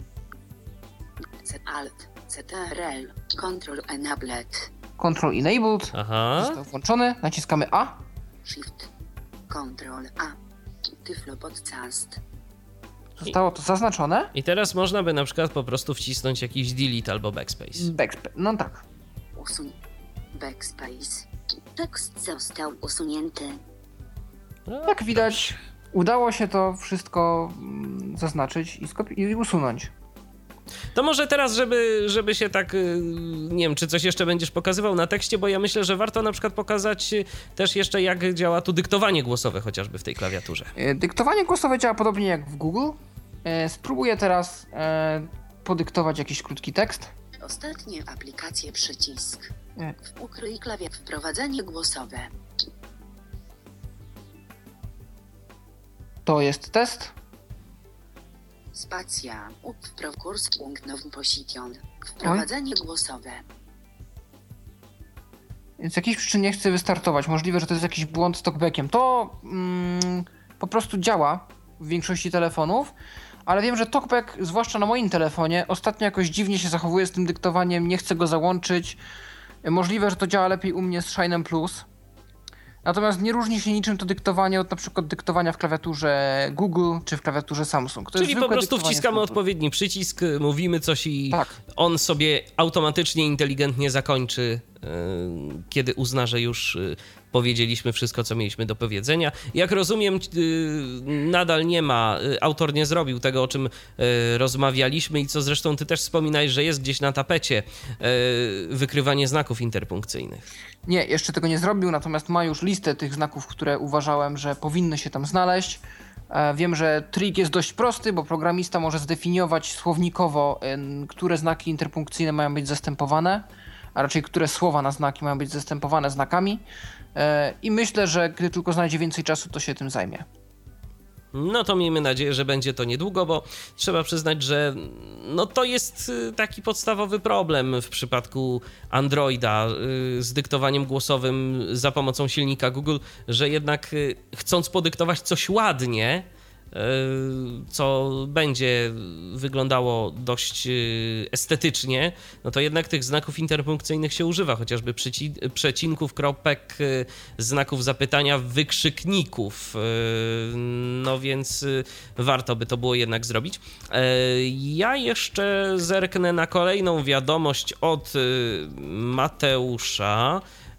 Alt. CTRL. Control enabled. Ctrl Enabled Aha. został włączony. Naciskamy A. Shift. Control A. Tyflo podcast. Zostało to zaznaczone. I teraz można by na przykład po prostu wcisnąć jakiś delete albo backspace. No tak. Usuń. Backspace. Tekst został usunięty. No, Jak widać, udało się to wszystko zaznaczyć i usunąć. to może teraz, żeby się tak, nie wiem, czy coś jeszcze będziesz pokazywał na tekście, bo ja myślę, że warto na przykład pokazać też jeszcze, jak działa tu dyktowanie głosowe chociażby w tej klawiaturze. Dyktowanie głosowe działa podobnie jak w Google. Spróbuję teraz podyktować jakiś krótki tekst. Ostatnie aplikacje przycisk. Nie. Ukryj klawiat. Wprowadzenie głosowe. To jest test. Spacja. Kurs punkt now position. Wprowadzenie głosowe. Z jakiejś przyczyn nie chce wystartować. Możliwe, że to jest jakiś błąd z talkbackiem. To po prostu działa w większości telefonów, ale wiem, że talkback, zwłaszcza na moim telefonie, ostatnio jakoś dziwnie się zachowuje z tym dyktowaniem, nie chcę go załączyć. Możliwe, że to działa lepiej u mnie z Shinem Plus. Natomiast nie różni się niczym to dyktowanie od na przykład dyktowania w klawiaturze Google czy w klawiaturze Samsung. To Czyli jest po zwykłe prostu dyktowanie wciskamy z Google. odpowiedni przycisk, mówimy coś i Tak. on sobie automatycznie, inteligentnie zakończy, kiedy uzna, że już powiedzieliśmy wszystko, co mieliśmy do powiedzenia. Jak rozumiem, nadal nie ma, autor nie zrobił tego, o czym rozmawialiśmy i co zresztą ty też wspominałeś, że jest gdzieś na tapecie wykrywanie znaków interpunkcyjnych. Nie, jeszcze tego nie zrobił, natomiast ma już listę tych znaków, które uważałem, że powinny się tam znaleźć. Wiem, że trik jest dość prosty, bo programista może zdefiniować słownikowo, które znaki interpunkcyjne mają być zastępowane, a raczej które słowa na znaki mają być zastępowane znakami. I myślę, że gdy tylko znajdzie więcej czasu, to się tym zajmie. No to miejmy nadzieję, że będzie to niedługo, bo trzeba przyznać, że no to jest taki podstawowy problem w przypadku Androida z dyktowaniem głosowym za pomocą silnika Google, że jednak chcąc podyktować coś ładnie, co będzie wyglądało dość estetycznie, no to jednak tych znaków interpunkcyjnych się używa, chociażby przecinków, kropek, znaków zapytania, wykrzykników. No więc warto by to było jednak zrobić. Ja jeszcze zerknę na kolejną wiadomość od Mateusza.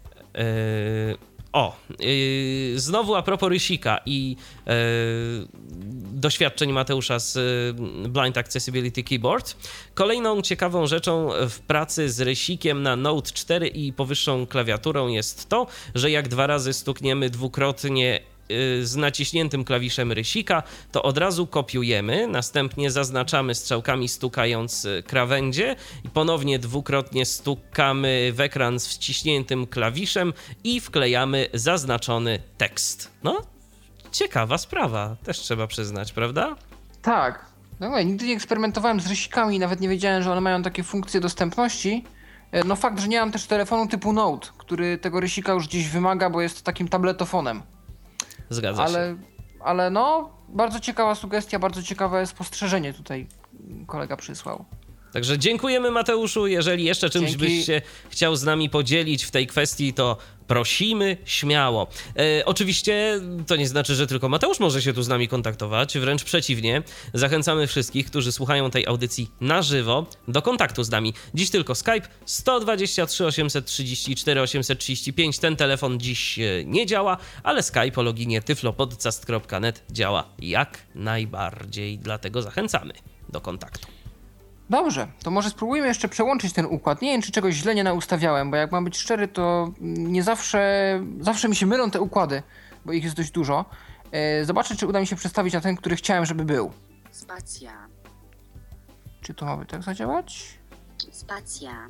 Znowu a propos rysika i doświadczeń Mateusza z Blind Accessibility Keyboard. Kolejną ciekawą rzeczą w pracy z rysikiem na Note 4 i powyższą klawiaturą jest to, że jak 2 razy stukniemy dwukrotnie z naciśniętym klawiszem rysika, to od razu kopiujemy, następnie zaznaczamy strzałkami stukając krawędzie i ponownie dwukrotnie stukamy w ekran z wciśniętym klawiszem i wklejamy zaznaczony tekst. No, ciekawa sprawa, też trzeba przyznać, prawda? Tak. No, nigdy nie eksperymentowałem z rysikami, nawet nie wiedziałem, że one mają takie funkcje dostępności. No fakt, że nie mam też telefonu typu Note, który tego rysika już gdzieś wymaga, bo jest takim tabletofonem. Zgadza się. Ale no, bardzo ciekawa sugestia, bardzo ciekawe spostrzeżenie tutaj kolega przysłał. Także dziękujemy, Mateuszu. Jeżeli jeszcze czymś byś się chciał z nami podzielić w tej kwestii, to prosimy śmiało. Oczywiście to nie znaczy, że tylko Mateusz może się tu z nami kontaktować, wręcz przeciwnie. Zachęcamy wszystkich, którzy słuchają tej audycji na żywo, do kontaktu z nami. Dziś tylko Skype 123 834 835. Ten telefon dziś nie działa, ale Skype o loginie tyflopodcast.net działa jak najbardziej, dlatego zachęcamy do kontaktu. Dobrze, to może spróbujmy jeszcze przełączyć ten układ. Nie wiem, czy czegoś źle nie naustawiałem, bo jak mam być szczery, to nie zawsze mi się mylą te układy, bo ich jest dość dużo. Zobaczę, czy uda mi się przestawić na ten, który chciałem, żeby był. Spacja. Czy to ma tak zadziałać? Spacja.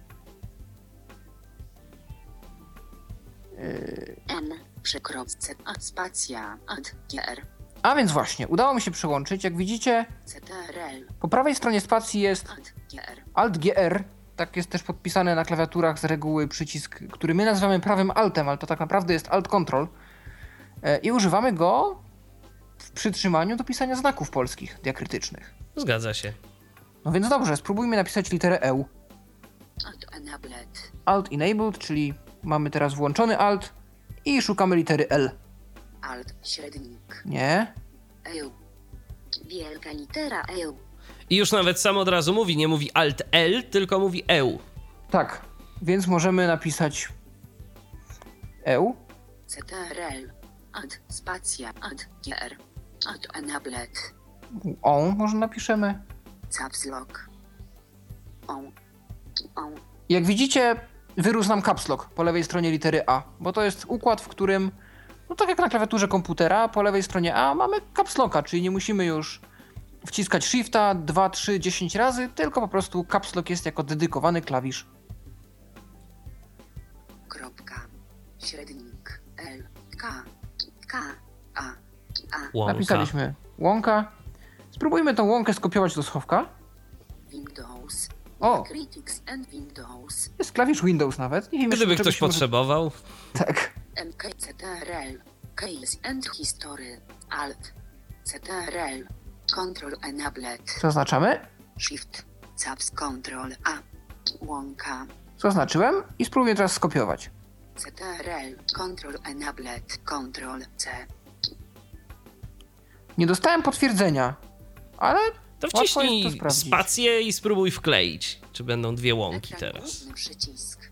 N przekropce a spacja ad gr. A więc właśnie, udało mi się przełączyć. Jak widzicie, CTRL po prawej stronie spacji jest ad gr. Alt-GR. Tak jest też podpisane na klawiaturach z reguły przycisk, który my nazywamy prawym Altem, ale to tak naprawdę jest Alt-Control. I używamy go w przytrzymaniu do pisania znaków polskich diakrytycznych. Zgadza się. No więc dobrze, spróbujmy napisać literę E. Alt enabled. Alt enabled, czyli mamy teraz włączony Alt i szukamy litery L. Alt średnik. Nie. EU. Wielka litera EU. I już nawet sam od razu mówi, nie mówi Alt-L, tylko mówi EU. Tak, więc możemy napisać EU. CTRL ad spacja ad gr. Alt enabled. O, może napiszemy. Caps lock. On. Jak widzicie, wyrósł nam caps lock po lewej stronie litery A, bo to jest układ, w którym, no tak jak na klawiaturze komputera, po lewej stronie A mamy caps locka, czyli nie musimy już wciskać shifta 2, 3, 10 razy, tylko po prostu caps lock jest jako dedykowany klawisz. Kropka. Średnik. L. K. K. A. Łąka. Napisaliśmy łąka. Spróbujmy tą łąkę skopiować do schowka. Windows. O! Critics and Windows. Jest klawisz Windows nawet. Nie wiem, jeszcze Gdyby do ktoś czegoś potrzebował. Może... Tak. MK CTRL. Case and History. Alt. CTRL. Control enabled. Zaznaczamy. Shift. Caps Control A. Łąka. Zaznaczyłem i spróbuję teraz skopiować. CTRL. Control enabled. Control C. Nie dostałem potwierdzenia, ale To łatwo jest to wciśnij sprawdzić. spację i spróbuj wkleić, czy będą 2 łąki Ekran teraz. główny przycisk.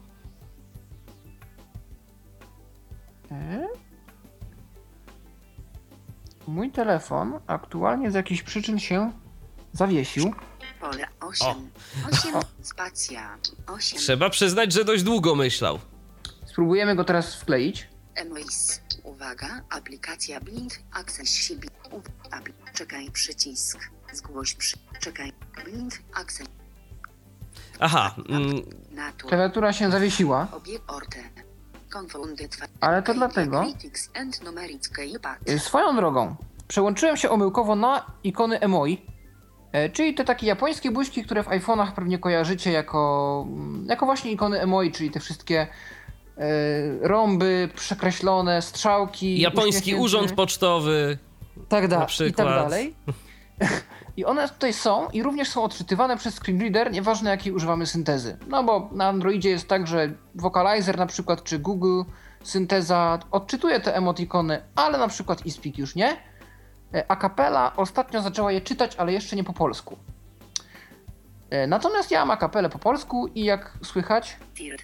Mój telefon aktualnie z jakichś przyczyn się zawiesił. Pole 8. 8. Spacja. 8. Trzeba przyznać, że dość długo myślał. Spróbujemy go teraz wkleić. MOIS. Uwaga. Aplikacja Blind Accessibility. Czekaj przycisk. Zgłoś Czekaj. Blind Access. Aha. Natur. Klawiatura się zawiesiła, Obiekt orte. Confounded. ale to dlatego, Critics and numeric keypad. swoją drogą, przełączyłem się omyłkowo na ikony emoi, czyli te takie japońskie buźki, które w iPhone'ach pewnie kojarzycie jako właśnie ikony emoi, czyli te wszystkie rąby, przekreślone, strzałki. Japoński uśmiechnięty. urząd pocztowy. Tak na i tak przykład. dalej. I one tutaj są i również są odczytywane przez screenreader, nieważne jakiej używamy syntezy. No bo na Androidzie jest tak, że Vocalizer na przykład, czy Google Synteza odczytuje te emotikony, ale na przykład eSpeak już nie. Acapella ostatnio zaczęła je czytać, ale jeszcze nie po polsku. Natomiast ja mam Acapellę po polsku i jak słychać,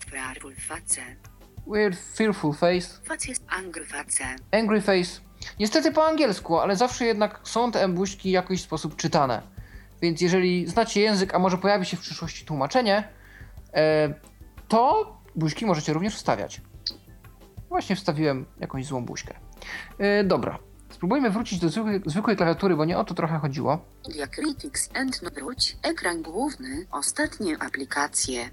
Weird Fearful Face, Angry Face. Niestety po angielsku, ale zawsze jednak są te buźki w jakiś sposób czytane. Więc jeżeli znacie język, a może pojawi się w przyszłości tłumaczenie, to buźki możecie również wstawiać. Właśnie wstawiłem jakąś złą buźkę. Dobra, spróbujmy wrócić do zwykłej klawiatury, bo nie o to trochę chodziło. Diacritics and wróć. Ekran główny. Ostatnie aplikacje.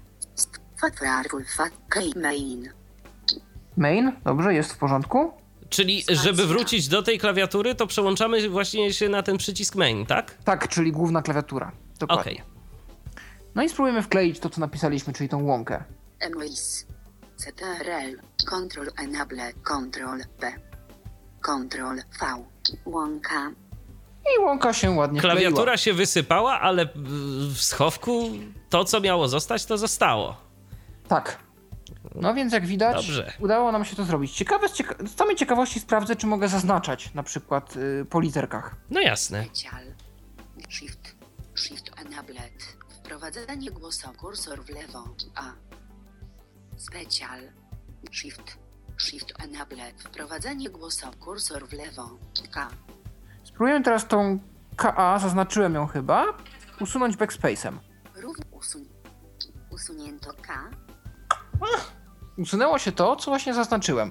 Main. Main, dobrze, jest w porządku. Czyli, żeby wrócić do tej klawiatury, to przełączamy właśnie się na ten przycisk main, tak? Tak, czyli główna klawiatura. Dokładnie. Okej. No i spróbujmy wkleić to, co napisaliśmy, czyli tą łąkę. MOIS. CTRL. Ctrl Enable. Ctrl P. Ctrl V. Łąka. I łąka się ładnie Klawiatura wkleiła. się wysypała, ale w schowku to, co miało zostać, to zostało. Tak. No więc jak widać, Dobrze. udało nam się to zrobić. Ciekawe, z samej ciekawości sprawdzę, czy mogę zaznaczać na przykład po literkach. No jasne. Specjal. Shift Enabled. Wprowadzenie głosu. Kursor w lewo. A. Specjal. Shift Enabled. Wprowadzenie głosu. Kursor w lewo. K. Spróbujemy teraz tą KA, zaznaczyłem ją chyba, usunąć backspace'em. Usunięto K. Usunęło się to, co właśnie zaznaczyłem.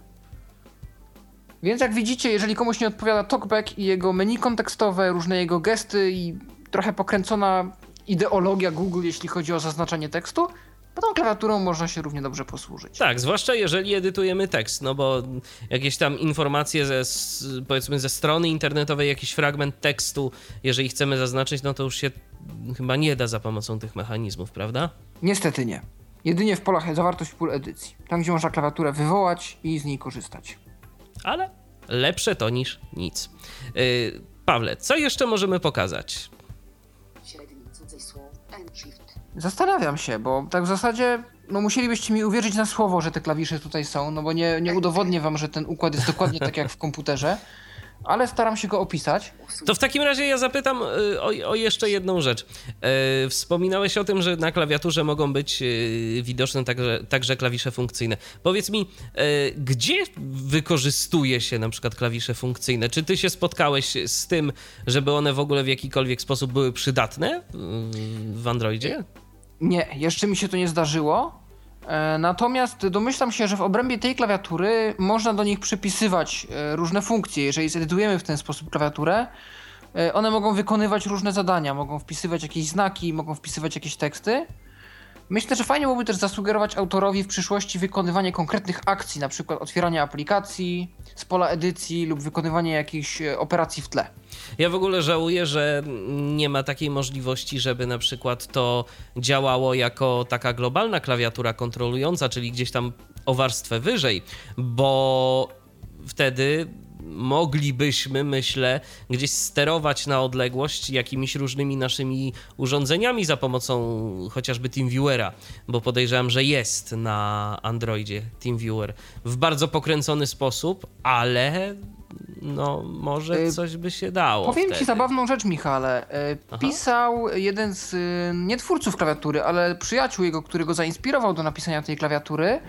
Więc jak widzicie, jeżeli komuś nie odpowiada TalkBack i jego menu kontekstowe, różne jego gesty i trochę pokręcona ideologia Google, jeśli chodzi o zaznaczanie tekstu, to tą klawiaturą można się równie dobrze posłużyć. Tak, zwłaszcza jeżeli edytujemy tekst, no bo jakieś tam informacje powiedzmy ze strony internetowej, jakiś fragment tekstu, jeżeli chcemy zaznaczyć, no to już się chyba nie da za pomocą tych mechanizmów, prawda? Niestety nie. Jedynie w polach zawartość pól edycji. Tam, gdzie można klawiaturę wywołać i z niej korzystać. Ale lepsze to niż nic. Pawle, co jeszcze możemy pokazać? Średni cudzysłów. Shift. Zastanawiam się, bo tak w zasadzie no musielibyście mi uwierzyć na słowo, że te klawisze tutaj są, no bo nie udowodnię wam, że ten układ jest dokładnie tak jak w komputerze, ale staram się go opisać. To w takim razie ja zapytam o jeszcze jedną rzecz. Wspominałeś o tym, że na klawiaturze mogą być widoczne także klawisze funkcyjne. Powiedz mi, gdzie wykorzystuje się na przykład klawisze funkcyjne? Czy ty się spotkałeś z tym, żeby one w ogóle w jakikolwiek sposób były przydatne w Androidzie? Nie, jeszcze mi się to nie zdarzyło. Natomiast domyślam się, że w obrębie tej klawiatury można do nich przypisywać różne funkcje. Jeżeli zedytujemy w ten sposób klawiaturę, one mogą wykonywać różne zadania, mogą wpisywać jakieś znaki, mogą wpisywać jakieś teksty. Myślę, że fajnie byłoby też zasugerować autorowi w przyszłości wykonywanie konkretnych akcji, na przykład otwieranie aplikacji z pola edycji lub wykonywanie jakichś operacji w tle. Ja w ogóle żałuję, że nie ma takiej możliwości, żeby na przykład to działało jako taka globalna klawiatura kontrolująca, czyli gdzieś tam o warstwę wyżej, bo wtedy moglibyśmy, myślę, gdzieś sterować na odległość jakimiś różnymi naszymi urządzeniami za pomocą chociażby TeamViewera, bo podejrzewam, że jest na Androidzie TeamViewer w bardzo pokręcony sposób, ale no może coś by się dało. Powiem wtedy. ci zabawną rzecz, Michale. Pisał jeden z nie twórców klawiatury, ale przyjaciół jego, który go zainspirował do napisania tej klawiatury.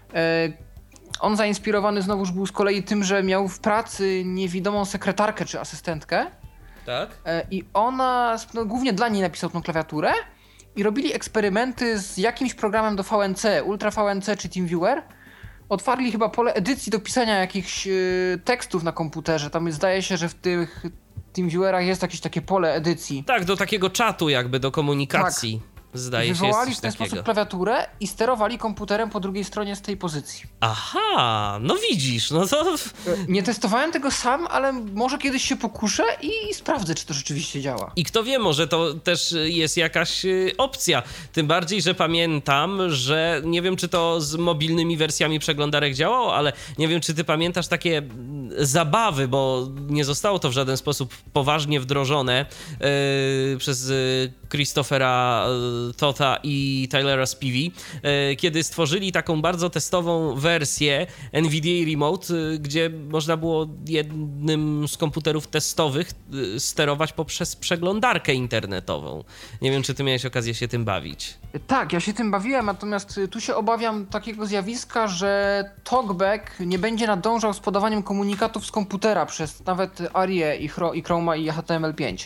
On zainspirowany znowuż był z kolei tym, że miał w pracy niewidomą sekretarkę czy asystentkę. Tak? I ona, no, głównie dla niej napisał tą klawiaturę i robili eksperymenty z jakimś programem do VNC, Ultra VNC czy TeamViewer. Otwarli chyba pole edycji do pisania jakichś tekstów na komputerze. Tam zdaje się, że w tych TeamViewerach jest jakieś takie pole edycji. Tak, do takiego czatu jakby, do komunikacji. Tak. Zdaje się, wywołali jest w ten coś takiego. sposób klawiaturę i sterowali komputerem po drugiej stronie z tej pozycji. Aha, no widzisz, no to... Nie testowałem tego sam, ale może kiedyś się pokuszę i sprawdzę, czy to rzeczywiście działa. I kto wie, może to też jest jakaś opcja. Tym bardziej, że pamiętam, że nie wiem, czy to z mobilnymi wersjami przeglądarek działało, ale nie wiem, czy ty pamiętasz takie zabawy, bo nie zostało to w żaden sposób poważnie wdrożone przez Christophera Tota i Tylera Spivey, kiedy stworzyli taką bardzo testową wersję NVDA Remote, gdzie można było jednym z komputerów testowych sterować poprzez przeglądarkę internetową. Nie wiem, czy ty miałeś okazję się tym bawić. Tak, ja się tym bawiłem, natomiast tu się obawiam takiego zjawiska, że TalkBack nie będzie nadążał z podawaniem komunikatów z komputera przez nawet ARIę i Chroma i HTML5.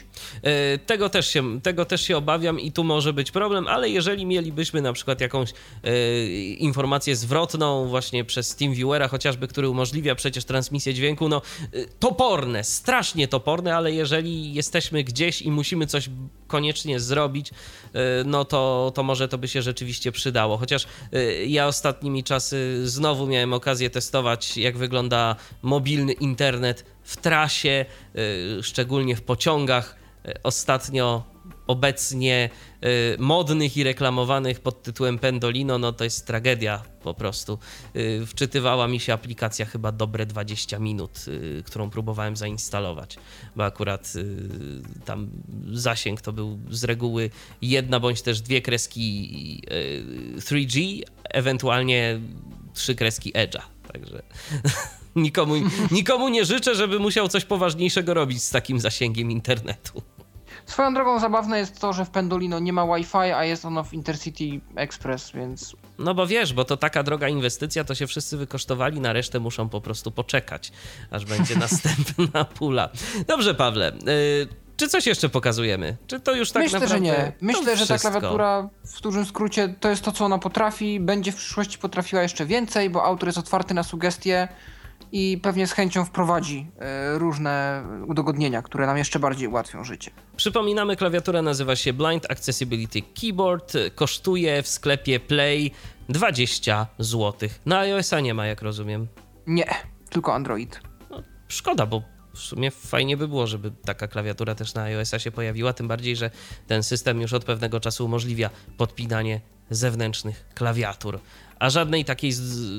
Tego też się obawiam i tu może być problem, ale jeżeli mielibyśmy na przykład jakąś informację zwrotną właśnie przez TeamViewera chociażby, który umożliwia przecież transmisję dźwięku, no toporne, strasznie toporne, ale jeżeli jesteśmy gdzieś i musimy coś koniecznie zrobić, no to może to by się rzeczywiście przydało. Chociaż ja ostatnimi czasy znowu miałem okazję testować, jak wygląda mobilny internet w trasie, szczególnie w pociągach. Ostatnio obecnie modnych i reklamowanych pod tytułem Pendolino, no to jest tragedia po prostu. Wczytywała mi się aplikacja chyba dobre 20 minut, którą próbowałem zainstalować, bo akurat tam zasięg to był z reguły jedna bądź też dwie kreski 3G, ewentualnie 3 kreski Edge'a, także... Nikomu nie życzę, żeby musiał coś poważniejszego robić z takim zasięgiem internetu. Swoją drogą zabawne jest to, że w Pendolino nie ma Wi-Fi, a jest ono w Intercity Express, więc... No bo wiesz, bo to taka droga inwestycja, to się wszyscy wykosztowali, na resztę muszą po prostu poczekać, aż będzie następna pula. Dobrze, Pawle, czy coś jeszcze pokazujemy? Czy to już tak Myślę, naprawdę... że nie. Myślę, że ta wszystko? klawiatura w dużym skrócie to jest to, co ona potrafi. Będzie w przyszłości potrafiła jeszcze więcej, bo autor jest otwarty na sugestie i pewnie z chęcią wprowadzi różne udogodnienia, które nam jeszcze bardziej ułatwią życie. Przypominamy, klawiatura nazywa się Blind Accessibility Keyboard, kosztuje w sklepie Play 20 zł. Na iOS-a nie ma, jak rozumiem. Nie, tylko Android. No, szkoda, bo w sumie fajnie by było, żeby taka klawiatura też na iOS-a się pojawiła, tym bardziej, że ten system już od pewnego czasu umożliwia podpinanie zewnętrznych klawiatur. A żadnej takiej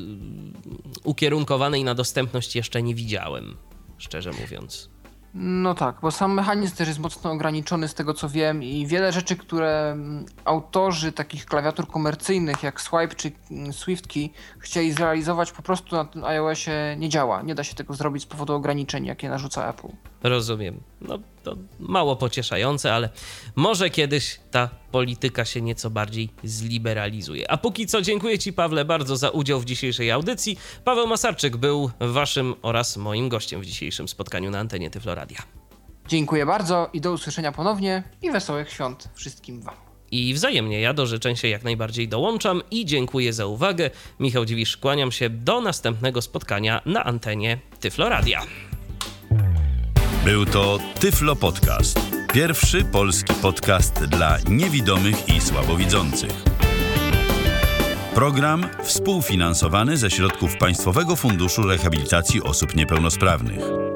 ukierunkowanej na dostępność jeszcze nie widziałem, szczerze mówiąc. No tak, bo sam mechanizm też jest mocno ograniczony z tego, co wiem, i wiele rzeczy, które autorzy takich klawiatur komercyjnych jak Swipe czy SwiftKey chcieli zrealizować, po prostu na tym iOSie nie działa. Nie da się tego zrobić z powodu ograniczeń, jakie narzuca Apple. Rozumiem. No to mało pocieszające, ale może kiedyś ta polityka się nieco bardziej zliberalizuje. A póki co dziękuję Ci, Pawle, bardzo za udział w dzisiejszej audycji. Paweł Masarczyk był waszym oraz moim gościem w dzisiejszym spotkaniu na antenie Tyflo Radia. Dziękuję bardzo i do usłyszenia ponownie i wesołych świąt wszystkim wam. I wzajemnie ja do życzeń się jak najbardziej dołączam i dziękuję za uwagę. Michał Dziwisz, kłaniam się do następnego spotkania na antenie Tyflo Radia. Był to Tyflo Podcast. Pierwszy polski podcast dla niewidomych i słabowidzących. Program współfinansowany ze środków Państwowego Funduszu Rehabilitacji Osób Niepełnosprawnych.